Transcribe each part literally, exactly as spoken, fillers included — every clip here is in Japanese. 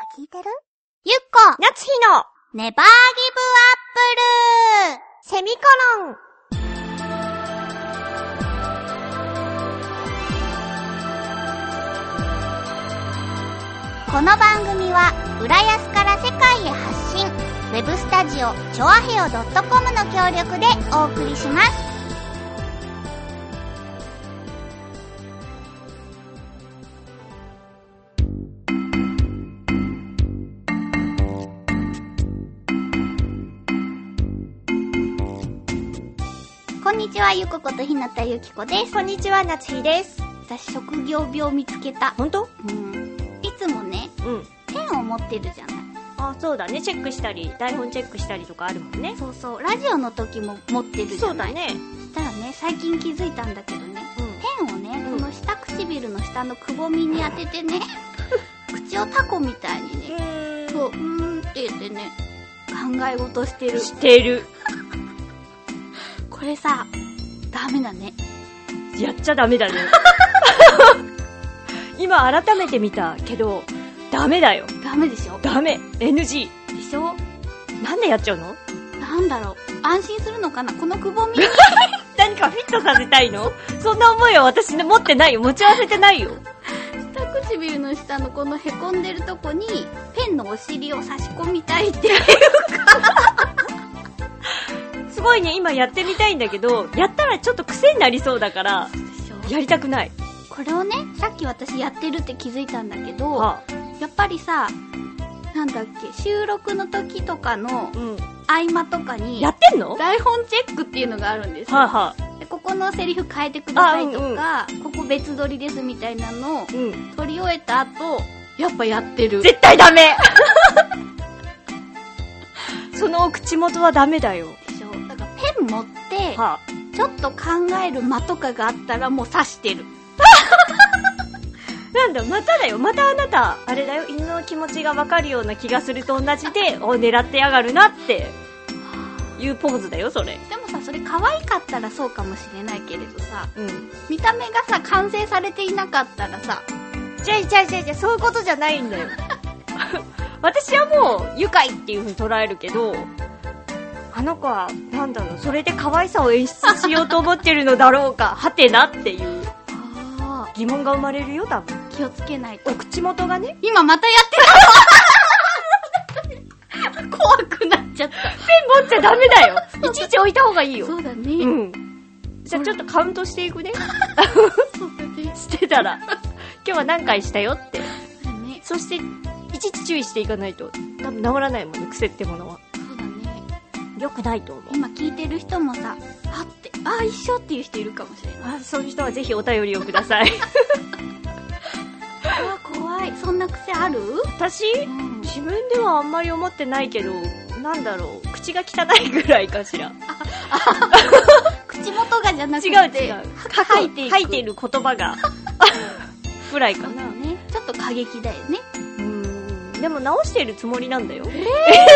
聞いてる？ゆっこ夏日のネバーギブアップルセミコロン。 この番組は浦安から世界へ発信、ウェブスタジオチョアヘオ .com の協力でお送りします。こんにちは、ゆこことひなたゆきこです。 こんにちは、夏日です。 私、職業病見つけた。 ほんと？ うん。いつもね、うん、ペンを持ってるじゃない。 あ、そうだね。チェックしたり、台本チェックしたりとかあるもんね。 そうそう。ラジオの時も持ってるじゃない。 そうだね。 そしたらね、最近気づいたんだけどね、うん、ペンをね、うん、この下唇の下のくぼみに当ててね、口をタコみたいにね、うーんそう、うーんって言ってね、考え事してる。 してる。 これさ、ダメだね。 やっちゃダメだね。今改めて見たけど、ダメだよ。 ダメでしょ？ ダメ。エヌジー。 でしょ？ なんでやっちゃうの？ なんだろう。安心するのかな？このくぼみに。 何かフィットさせたいの？そんな思いは私ね、持ってないよ。持ち合わせてないよ。 下唇の下のこのへこんでるとこに、ペンのお尻を差し込みたいっていうか。 すごいね、今やってみたいんだけど、やったらちょっと癖になりそうだから、やりたくない。 これをね、さっき私やってるって気づいたんだけど、はあ、やっぱりさ、なんだっけ、収録の時とかの合間とかに、 やってんの？ 台本チェックっていうのがあるんですよ。 はあはあ、 でここのセリフ変えてくださいとか、うんうん、ここ別撮りですみたいなのを、うん、撮り終えた後、やっぱやってる。 絶対ダメ。その口元はダメだよ。 だからペン持って、はあ、ちょっと考える間とかがあったらもう刺してる。 なんだ、まただよ。またあなた、あれだよ。犬の気持ちがわかるような気がすると同じで、お、狙ってやがるなっていうポーズだよ、それ。 でもさ、それ可愛かったらそうかもしれないけれどさ、うん、見た目がさ、完成されていなかったらさ、 じゃあじゃあじゃあじゃあそういうことじゃないんだよ。私はもう愉快っていう風に捉えるけど、あの子はなんだろう、それで可愛さを演出しようと思ってるのだろうか、はてなっていう疑問が生まれるよ、多分。 気をつけないと。 お口元がね、 今またやってた。怖くなっちゃった。 ペン持っちゃダメだよ。いちいち置いた方がいいよ。 そうだね。 うん。じゃあちょっとカウントしていくね。 そうだね。 してたら、今日は何回したよって。ね、そしていちいち注意していかないと多分治らないもんね、癖ってものは。 そうだね。 良くないと思う。 今聞いてる人もさ、はって、あ、一緒っていう人いるかもしれない。 あ、そういう人はぜひお便りをください。 あ、怖い。そんな癖ある？ 私、うん、自分ではあんまり思ってないけど、なんだろう、口が汚いぐらいかしら。 口元がじゃなくて、違う違う。 吐いていく。 吐いている言葉がぐらいかな。 ね、ちょっと過激だよね。 うーん。でも直してるつもりなんだよ。えー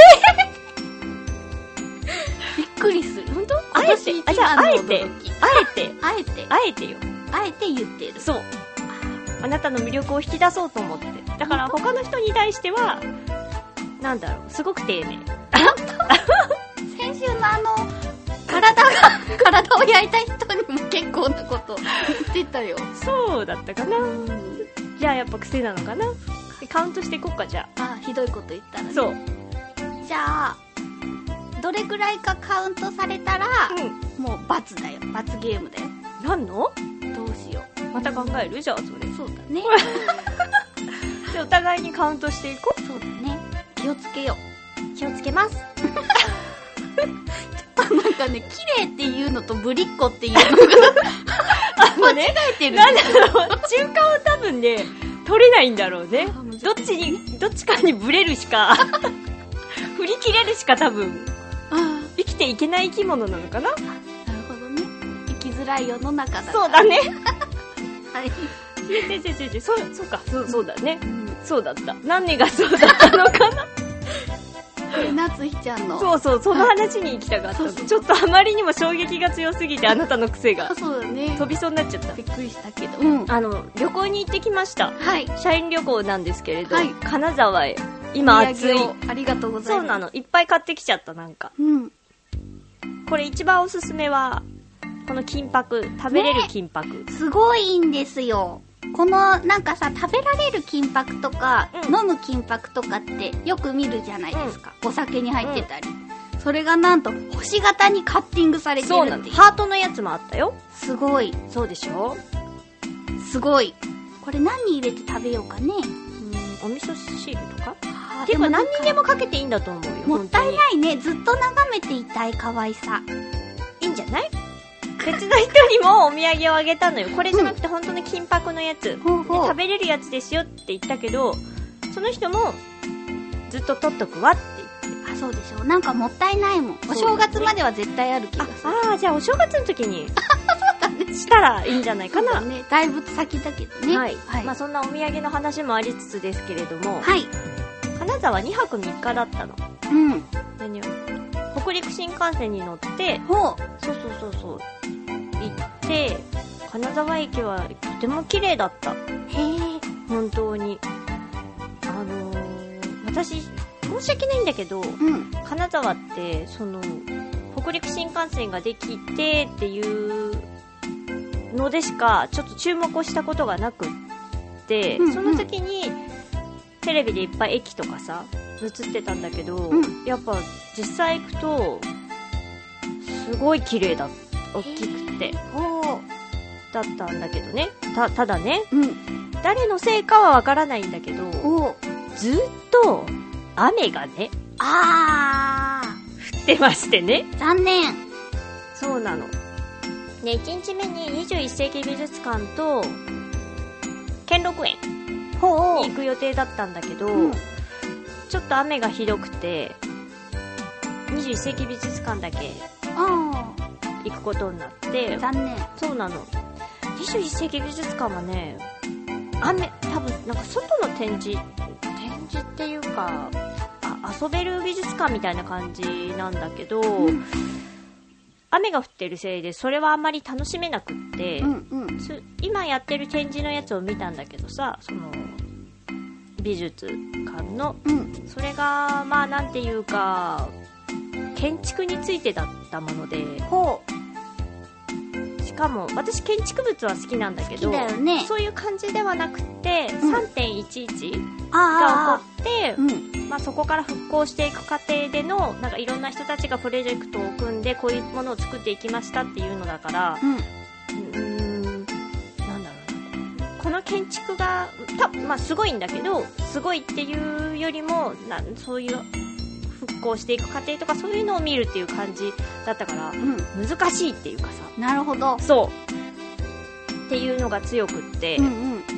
びっくりする。本当？ あえて、あ、じゃあ、あえて、あえて、 あえて、 あえてよ。 あえて言ってる。 そう。あなたの魅力を引き出そうと思って。だから他の人に対しては、なんだろう、すごく丁寧。 先週のあの、体が、体を焼いた人にも結構なこと言ってたよ。 そうだったかな。じゃあやっぱ癖なのかな。カウントしていこっか、じゃあ。 あ、ひどいこと言ったらね。 そう。 じゃあ、どれぐらいかカウントされたら、うん、もう罰だよ。罰ゲームだよ。 なんの？ どうしよう。 また考える？じゃあそれ。 そうだね。 で、お互いにカウントしていこう。 そうだね。気をつけよう。気をつけます。 ちょっとなんかね、綺麗っていうのとぶりっ子っていうのが間違えてる。 なんだろう、中間を多分ね、取れないんだろうね。どっちに、どっちかにブレるしか、振り切れるしか多分、生きていけない生き物なのかな。なるほどね。生きづらい世の中だから。 そうだね。 はい。 違う違う違う違う、そう、そうか、そう、そうだね。うん、そうだった。何年がそうだったのかな。 夏日ちゃんの。 そうそう、その話に行きたかった。そうそうそう、ちょっとあまりにも衝撃が強すぎて、あなたの癖が。 そうだね。 飛びそうになっちゃった。 びっくりしたけど。うん。 あの、旅行に行ってきました。 はい。 社員旅行なんですけれど、 はい、 金沢へ今暑い。 ありがとうございます。 そうなの。いっぱい買ってきちゃった、なんか。 うん。 これ一番おすすめは、この金箔。食べれる金箔。ね、 すごいんですよ。この、なんかさ、食べられる金箔とか、うん、飲む金箔とかってよく見るじゃないですか。うん、お酒に入ってたり。うん、それがなんと、星型にカッティングされてるっていう。そうなの。 ハートのやつもあったよ。 すごい。 そうでしょ？ すごい。これ何に入れて食べようかね。 うん、お味噌汁とか？でも何にでもかけていいんだと思うよ。 もったいないね。ずっと眺めていたい可愛さ。 いいんじゃない？別の人にもお土産をあげたのよ。これじゃなくて本当に金箔のやつ、うん、で食べれるやつですよって言ったけど、その人もずっと取っとくわって言って。 あ、そうでしょ。なんかもったいないもん。お正月までは絶対ある気がする。 ああ、じゃあお正月の時にしたらいいんじゃないかな。 そうだね。だいぶ先だけどね。 はい。はい、まあそんなお土産の話もありつつですけれども。 はい。 金沢にはくみっかだったの。 うん。 何を北陸新幹線に乗って、 ほう。 そうそうそうそう。行って、金沢駅はとても綺麗だった。へえ。 本当に。あのー、私、申し訳ないんだけど、うん、金沢って、その、北陸新幹線ができてっていうのでしか、ちょっと注目をしたことがなくって、うんうん、その時に、テレビでいっぱい駅とかさ、映ってたんだけど、うん、やっぱ実際行くと、すごい綺麗だ。大きくて。だったんだけどね。た、ただね、うん、誰のせいかはわからないんだけど、ずっと雨がね、 あー、降ってましてね。 残念。 そうなの。ね、いちにちめににじゅういっせいき美術館と、兼六園に行く予定だったんだけど、うん、ちょっと雨がひどくて、にじゅういっせいき美術館だけ行くことになって、 残念。 そうなの。にじゅういっせいき美術館はね、雨、多分なんか外の展示、展示っていうか、あ、遊べる美術館みたいな感じなんだけど、うん、雨が降ってるせいでそれはあんまり楽しめなくって、うんうん、今やってる展示のやつを見たんだけどさ、その美術館の、うん、それがまあなんていうか建築についてだったもので、 ほう。 しかも私建築物は好きなんだけど、 好きだよね、 そういう感じではなくて、うん、さんてんいちいち が起こって、うんまあ、そこから復興していく過程でのなんかいろんな人たちがプロジェクトを組んでこういうものを作っていきましたっていうのだから、うん、うーんなんだろうな、この建築がた、まあ、すごいんだけどすごいっていうよりもなそういう復興していく過程とかそういうのを見るっていう感じだったから、うん、難しいっていうかさ。 なるほど。 そうっていうのが強くって、うん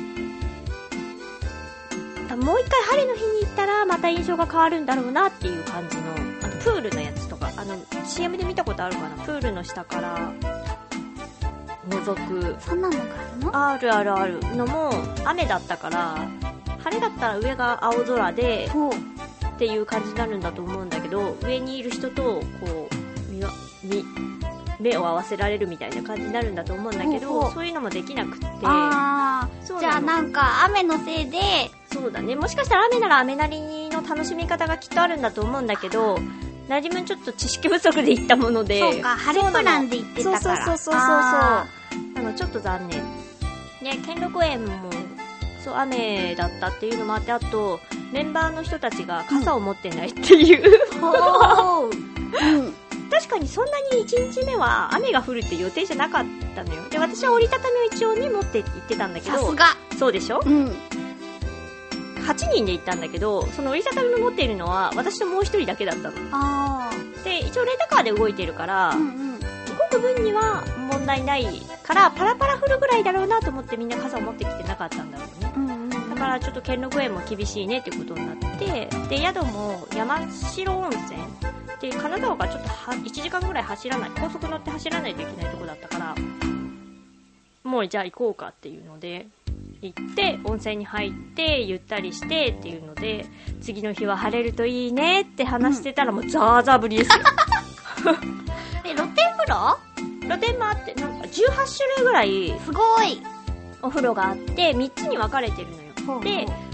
うん、もう一回晴れの日に行ったらまた印象が変わるんだろうなっていう感じの、あのプールのやつとか、あの シーエム で見たことあるかな、プールの下から覗く、 そんなのがあるの？ あるあるあるのも雨だったから、晴れだったら上が青空でっていう感じになるんだと思うんだけど、上にいる人とこう見見目を合わせられるみたいな感じになるんだと思うんだけど、ほうほう、そういうのもできなくって、 あー、じゃあなんか雨のせいで、 そうだね、もしかしたら雨なら雨なりの楽しみ方がきっとあるんだと思うんだけど、何もちょっと知識不足で行ったもので、 そうか、晴れプランで行ってたから、 そうそうそうそうそう、なのちょっと残念ね。兼六園もそう雨だったっていうのもあって、あとメンバーの人たちが傘を持ってないっていう、うんうん確かにそんなにいちにちめは雨が降るって予定じゃなかったのよ。で、私は折りたたみを一応ね持って行ってたんだけど、 さすがそうでしょ、 うん、 はちにんで行ったんだけど、その折りたたみを持っているのは私ともう一人だけだったの。 あで、一応レンタカーで動いてるから、うんうん、動く分には問題ないからパラパラ降るぐらいだろうなと思ってみんな傘を持ってきてなかったんだろうね、うんうんうん、だからちょっと兼六園も厳しいねってことになって、で、宿も山城温泉で、金沢からちょっとはいちじかんぐらい走らない、高速乗って走らないといけないとこだったから、もうじゃあ行こうかっていうので行って温泉に入ってゆったりしてっていうので、次の日は晴れるといいねって話してたらもうザーザーぶりですよえ、露天風呂？ 露天もあって、なんかじゅうはちしゅるいぐらいすごいお風呂があってみっつに分かれてるのよ。ほうほう。で、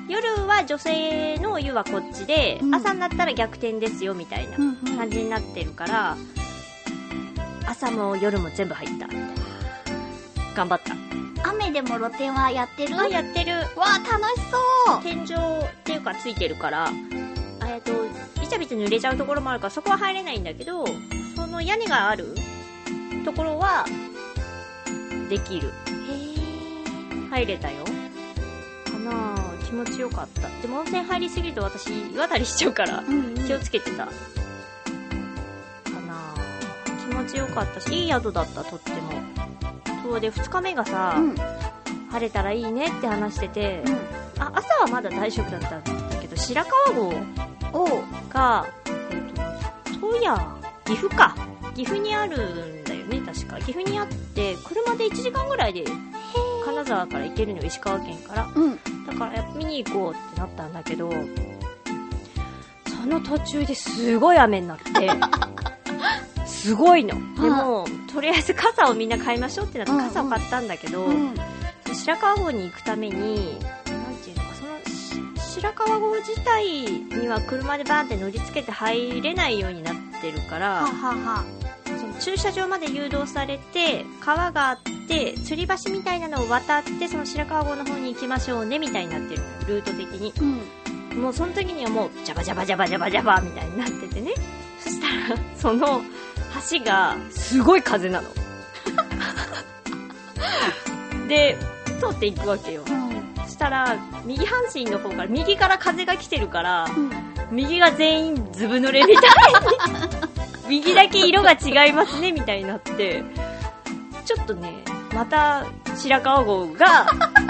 夜は女性のお湯はこっちで、 うん、 朝になったら逆転ですよみたいな感じになってるから、うんうん、朝も夜も全部入ったみたいな。頑張った。 雨でも露天はやってる？ あ、やってる。 わあ、楽しそう。 天井っていうかついてるから、えっとびちゃびちゃ濡れちゃうところもあるからそこは入れないんだけど、その屋根があるところはできる。へー、入れたよ。かなぁ、気持ちよかった。でも温泉入りすぎると私湯あたりしちゃうから、うんうん、気をつけてた。かなぁ、気持ちよかったし、いい宿だった、とっても。そうで、ふつかめがさ、うん、晴れたらいいねって話してて、うん、あ、朝はまだ大丈夫だったんだけど、白川郷が、えっと、そういや、岐阜か。岐阜にあるんだよね、確か。岐阜にあって、車でいちじかんぐらいで、金沢から行けるのよ、石川県から。うん、だから見に行こうってなったんだけど、その途中ですごい雨になって、すごいの。でも、とりあえず傘をみんな買いましょうってなって傘を買ったんだけど、うんうん、白川郷に行くために、なんていうのか、その白川郷自体には車でバーンって乗り付けて入れないようになってるから、はははその駐車場まで誘導されて、川があって、吊り橋みたいなのを渡って、その白川郷の方に行きましょうねみたいになってるのよ、ルート的に。うん、もうその時にはもう、ジャバジャバジャバジャバジャバみたいになっててね。そしたら、その、橋がすごい風なので通っていくわけよ、うん、そしたら右半身の方から右から風が来てるから、うん、右が全員ずぶ濡れみたいに右だけ色が違いますねみたいになって、ちょっとねまた白川郷が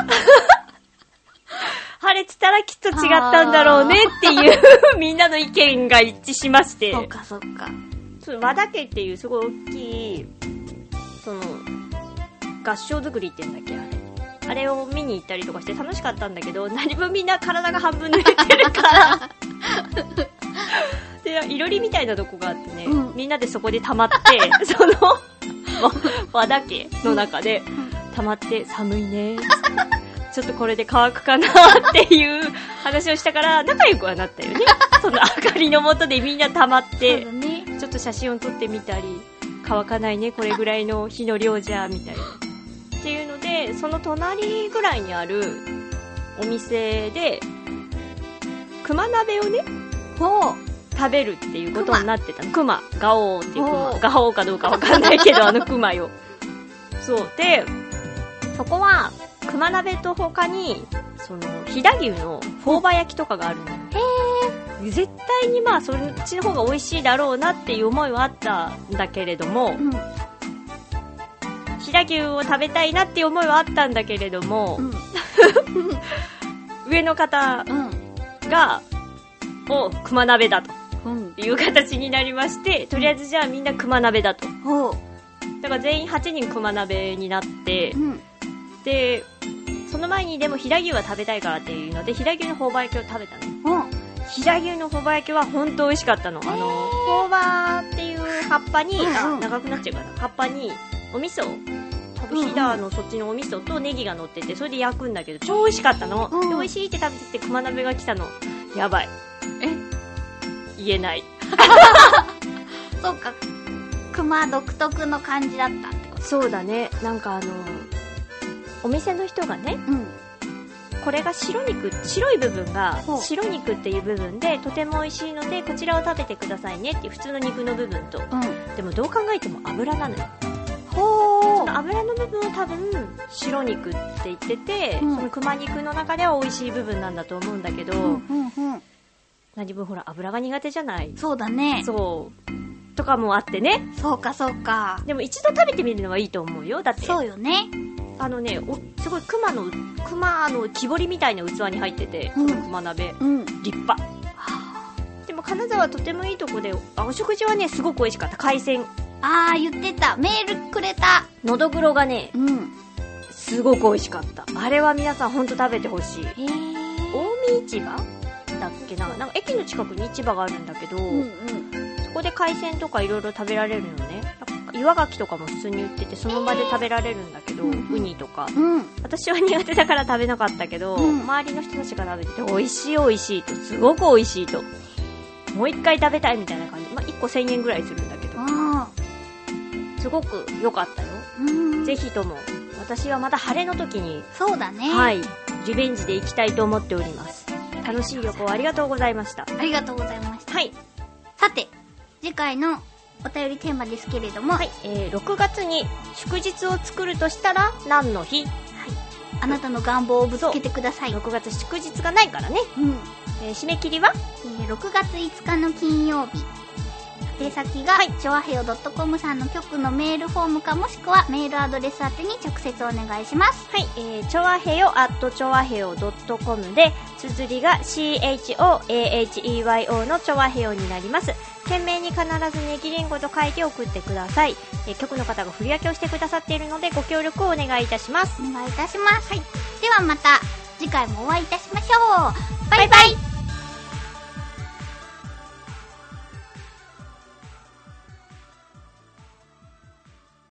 晴れてたらきっと違ったんだろうねっていうみんなの意見が一致しまして、 そっかそっか、 和田家っていうすごい大きいその合掌造りって言うんだっけ、あれあれを見に行ったりとかして楽しかったんだけど、何分みんな体が半分濡れてるからでいろりみたいなとこがあってね、うん、みんなでそこで溜まってその和田家の中で溜まって寒いねちょっとこれで乾くかなっていう話をしたから仲良くはなったよねその明かりの下でみんな溜まってそうだね、ちょっと写真を撮ってみたり、乾かないねこれぐらいの火の量じゃみたいなっていうので、その隣ぐらいにあるお店で熊鍋をね食べるっていうことになってたの。熊ガオーっていう熊、ガオーかどうかわかんないけどあの熊よ。そうで、そこは熊鍋と他にその飛騨牛のフォーバ焼きとかがあるのよ。へー、絶対にまあそっちの方が美味しいだろうなっていう思いはあったんだけれども、うん、飛騨牛を食べたいなっていう思いはあったんだけれども、うん、上の方が、うん、お熊鍋だという形になりまして、とりあえずじゃあみんな熊鍋だと、うん、だから全員はちにん熊鍋になって、うん、でその前にでも飛騨牛は食べたいからっていうので飛騨牛のフォーバ焼きを食べたの、うん、飛騨牛のフォーバ焼きは本当美味しかったの。あのフォーバっていう葉っぱに、うんうん、あ長くなっちゃうかな、葉っぱにお味噌、多分飛騨のそっちのお味噌とネギが乗ってて、それで焼くんだけど超美味しかったの、うん、で美味しいって食べてて熊鍋が来たの。やばい、え言えないそうか、熊独特の感じだったってこと。 そうだね、なんかあのお店の人がね、うん、これが白肉、白い部分が白肉っていう部分でとても美味しいのでこちらを食べてくださいねっていう普通の肉の部分と、うん、でもどう考えても油なのよ。ほー、その油の部分を多分白肉って言ってて、うん、その熊肉の中では美味しい部分なんだと思うんだけど、うんうんうん、何分ほら油が苦手じゃない。 そうだね、 そうとかもあってね。 そうかそうか。 でも一度食べてみるのはいいと思うよ。だってそうよね、 あのね、おすごい熊の熊の木彫りみたいな器に入ってて、うん、その熊鍋、うん、立派、はあ、でも金沢とてもいいとこで、あお食事はねすごく美味しかった。海鮮、 あー言ってた、メールくれた。 のどぐろがね、うん、すごく美味しかった。あれは皆さんほんと食べてほしい。へー、近江市場だっけな、なんか駅の近くに市場があるんだけど、うんうん、そこで海鮮とかいろいろ食べられるのね。 岩牡蠣とかも普通に売っててその場で食べられるんだけど、えー、ウニとか、 うん、 私は苦手だから食べなかったけど、うん、周りの人たちが食べてて美味しい美味しいと、すごく美味しいと、もう一回食べたいみたいな感じ。まあ、いっこせんえんぐらいするんだけど、 あすごく良かったよ。 うん、 ぜひとも私はまた晴れの時に、 そうだね、 はい、リベンジで行きたいと思っております。楽しい旅行ありがとうございました。 ありがとうございました。 はい。 さて、次回のお便りテーマですけれども、 はい、えー、ろくがつに祝日を作るとしたら何の日？はい、 あなたの願望をぶつけてください。 ろくがつ祝日がないからね。 うん。 えー、締め切りは、 えー、ろくがついつかの金曜日。宛先が、はい、チョアヘヨ .com さんの局のメールフォームか、もしくはメールアドレス宛てに直接お願いします。 はい、えー、チョアヘヨ アットチョアヘヨ .com で、綴りが シーエイチオーエーエイチイーワイオー のチョアヘヨになります。件名に必ずネギリンゴと書いて送ってください。えー、局の方が振り分けをしてくださっているのでご協力をお願いいたします。 お願いいたします。 はい。 ではまた次回もお会いいたしましょう。バイバイ。バイバイ。